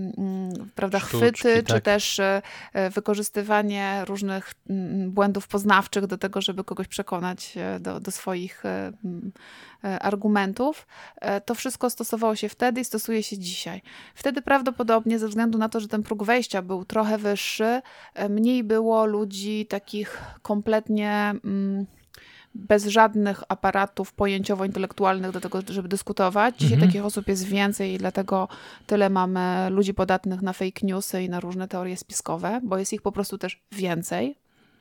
um, prawda, Sztuczki, chwyty, tak. czy też um, wykorzystywanie różnych um, błędów poznawczych do tego, żeby kogoś przekonać do, do swoich um, argumentów. To wszystko stosowało się wtedy i stosuje się dzisiaj. Wtedy prawdopodobnie ze względu na to, że ten próg wejścia był trochę wyższy, mniej było ludzi takich kompletnie um, bez żadnych aparatów pojęciowo-intelektualnych do tego, żeby dyskutować. Dzisiaj mhm. takich osób jest więcej i dlatego tyle mamy ludzi podatnych na fake newsy i na różne teorie spiskowe, bo jest ich po prostu też więcej.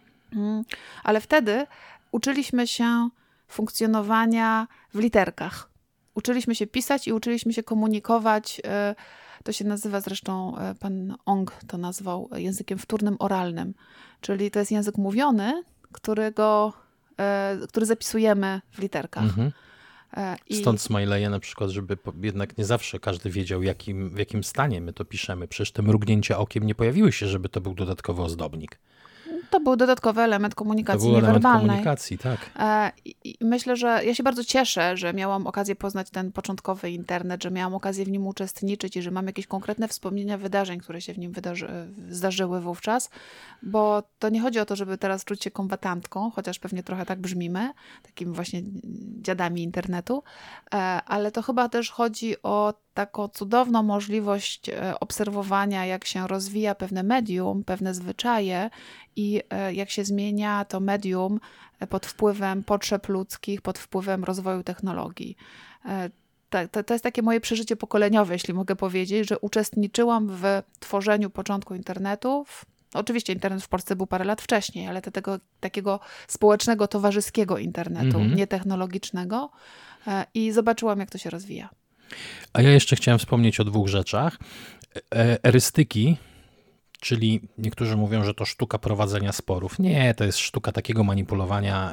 Ale wtedy uczyliśmy się funkcjonowania w literkach. Uczyliśmy się pisać i uczyliśmy się komunikować. To się nazywa zresztą, pan Ong to nazwał językiem wtórnym oralnym. Czyli to jest język mówiony, którego który zapisujemy w literkach. Mhm. I... Stąd smileje na przykład, żeby jednak nie zawsze każdy wiedział, jakim, w jakim stanie my to piszemy. Przecież te mrugnięcia okiem nie pojawiły się, żeby to był dodatkowy ozdobnik. To był dodatkowy element komunikacji to był niewerbalnej. Element komunikacji, tak. I, I myślę, że ja się bardzo cieszę, że miałam okazję poznać ten początkowy internet, że miałam okazję w nim uczestniczyć i że mam jakieś konkretne wspomnienia wydarzeń, które się w nim wydarzy, zdarzyły wówczas, bo to nie chodzi o to, żeby teraz czuć się kombatantką, chociaż pewnie trochę tak brzmimy, takimi właśnie dziadami internetu, ale to chyba też chodzi o taką cudowną możliwość obserwowania, jak się rozwija pewne medium, pewne zwyczaje i jak się zmienia to medium pod wpływem potrzeb ludzkich, pod wpływem rozwoju technologii. To, to jest takie moje przeżycie pokoleniowe, jeśli mogę powiedzieć, że uczestniczyłam w tworzeniu początku internetu. Oczywiście internet w Polsce był parę lat wcześniej, ale to tego takiego społecznego, towarzyskiego internetu, mm-hmm. nie technologicznego. I zobaczyłam, jak to się rozwija. A ja jeszcze chciałem wspomnieć o dwóch rzeczach. Erystyki, czyli niektórzy mówią, że to sztuka prowadzenia sporów. Nie, to jest sztuka takiego manipulowania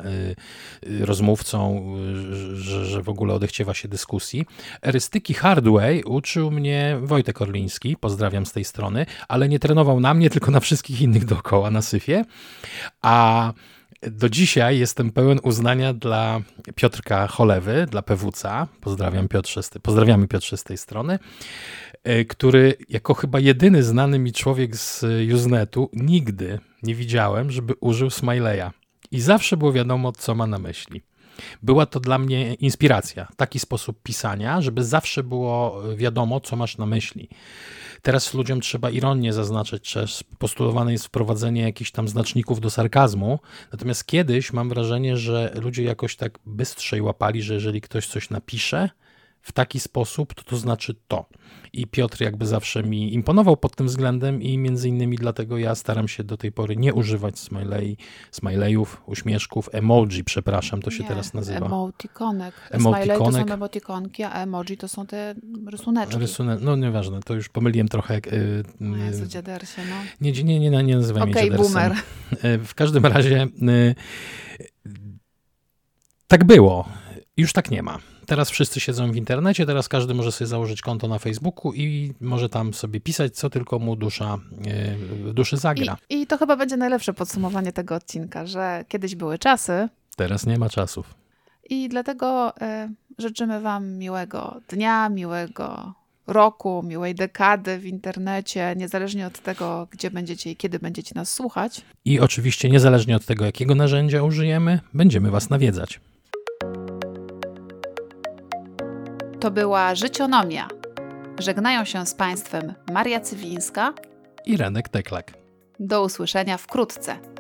rozmówcą, że, że w ogóle odechciewa się dyskusji. Erystyki hard way uczył mnie Wojtek Orliński, pozdrawiam z tej strony, ale nie trenował na mnie, tylko na wszystkich innych dookoła na syfie. A do dzisiaj jestem pełen uznania dla Piotrka Cholewy, dla P W C A, pozdrawiam Piotrze, pozdrawiamy Piotrze z tej strony, który jako chyba jedyny znany mi człowiek z Usenetu nigdy nie widziałem, żeby użył smileya. I zawsze było wiadomo, co ma na myśli. była to dla mnie inspiracja. Taki sposób pisania, żeby zawsze było wiadomo, co masz na myśli. Teraz ludziom trzeba ironię zaznaczyć, że postulowane jest wprowadzenie jakichś tam znaczników do sarkazmu, natomiast kiedyś mam wrażenie, że ludzie jakoś tak bystrzej łapali, że jeżeli ktoś coś napisze w taki sposób, to to znaczy to. I Piotr jakby zawsze mi imponował pod tym względem i między innymi dlatego ja staram się do tej pory nie używać smiley, smileyów, uśmieszków, emoji, przepraszam, to się nie, teraz nazywa. Emotikonek. Emotikonek. Smiley to są emotikonki, a emoji to są te rysuneczki. Rysune... No nieważne, to już pomyliłem trochę. Yy, O Jezu, dziadersie, no. Nie, nie, nie, nie, nie nazywaj okay, mnie dziadersem. Boomer. W każdym razie yy, tak było. Już tak nie ma. Teraz wszyscy siedzą w internecie, teraz każdy może sobie założyć konto na Facebooku i może tam sobie pisać, co tylko mu dusza, yy, w duszy zagra. I, I to chyba będzie najlepsze podsumowanie tego odcinka, że kiedyś były czasy. Teraz nie ma czasów. I dlatego y, życzymy wam miłego dnia, miłego roku, miłej dekady w internecie, niezależnie od tego, gdzie będziecie i kiedy będziecie nas słuchać. I oczywiście niezależnie od tego, jakiego narzędzia użyjemy, będziemy was nawiedzać. To była Życionomia. Żegnają się z Państwem Maria Cywińska i Renek Teklak. Do usłyszenia wkrótce.